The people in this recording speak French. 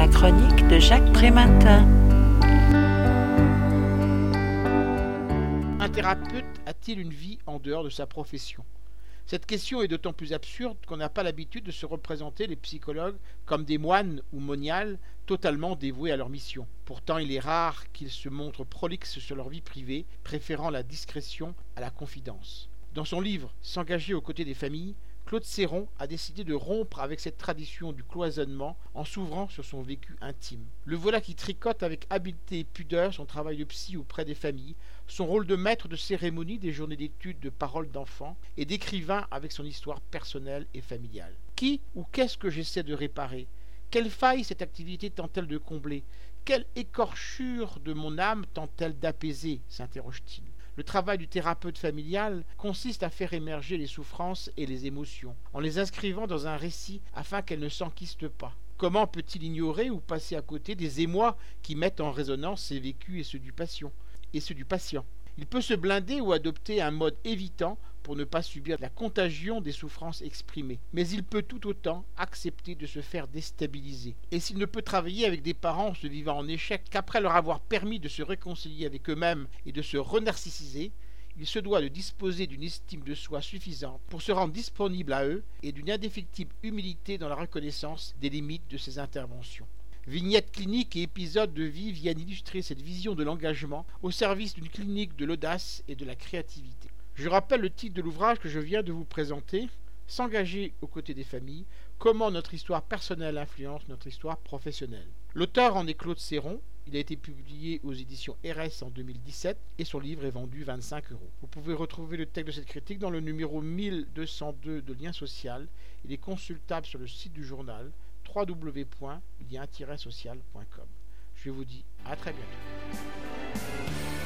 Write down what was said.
La chronique de Jacques Prématin. Un thérapeute a-t-il une vie en dehors de sa profession ? Cette question est d'autant plus absurde qu'on n'a pas l'habitude de se représenter les psychologues comme des moines ou moniales totalement dévoués à leur mission. Pourtant, il est rare qu'ils se montrent prolixes sur leur vie privée, préférant la discrétion à la confidence. Dans son livre « S'engager aux côtés des familles », Claude Serron a décidé de rompre avec cette tradition du cloisonnement en s'ouvrant sur son vécu intime. Le voilà qui tricote avec habileté et pudeur son travail de psy auprès des familles, son rôle de maître de cérémonie des journées d'études de paroles d'enfants et d'écrivain avec son histoire personnelle et familiale. Qui ou qu'est-ce que j'essaie de réparer ? Quelle faille cette activité tente-t-elle de combler ? Quelle écorchure de mon âme tente-t-elle d'apaiser ? S'interroge-t-il. Le travail du thérapeute familial consiste à faire émerger les souffrances et les émotions, en les inscrivant dans un récit afin qu'elles ne s'enquistent pas. Comment peut-il ignorer ou passer à côté des émois qui mettent en résonance ses vécus et ceux du patient ? Il peut se blinder ou adopter un mode évitant pour ne pas subir la contagion des souffrances exprimées. Mais il peut tout autant accepter de se faire déstabiliser. Et s'il ne peut travailler avec des parents se vivant en échec qu'après leur avoir permis de se réconcilier avec eux-mêmes et de se renarcissiser, il se doit de disposer d'une estime de soi suffisante pour se rendre disponible à eux et d'une indéfectible humilité dans la reconnaissance des limites de ses interventions. Vignettes cliniques et épisodes de vie viennent illustrer cette vision de l'engagement au service d'une clinique de l'audace et de la créativité. Je rappelle le titre de l'ouvrage que je viens de vous présenter, S'engager aux côtés des familles, comment notre histoire personnelle influence notre histoire professionnelle. L'auteur en est Claude Serron, il a été publié aux éditions RS en 2017 et son livre est vendu 25 €. Vous pouvez retrouver le texte de cette critique dans le numéro 1202 de Lien Social. Il est consultable sur le site du journal www.lien-social.com. Je vous dis à très bientôt.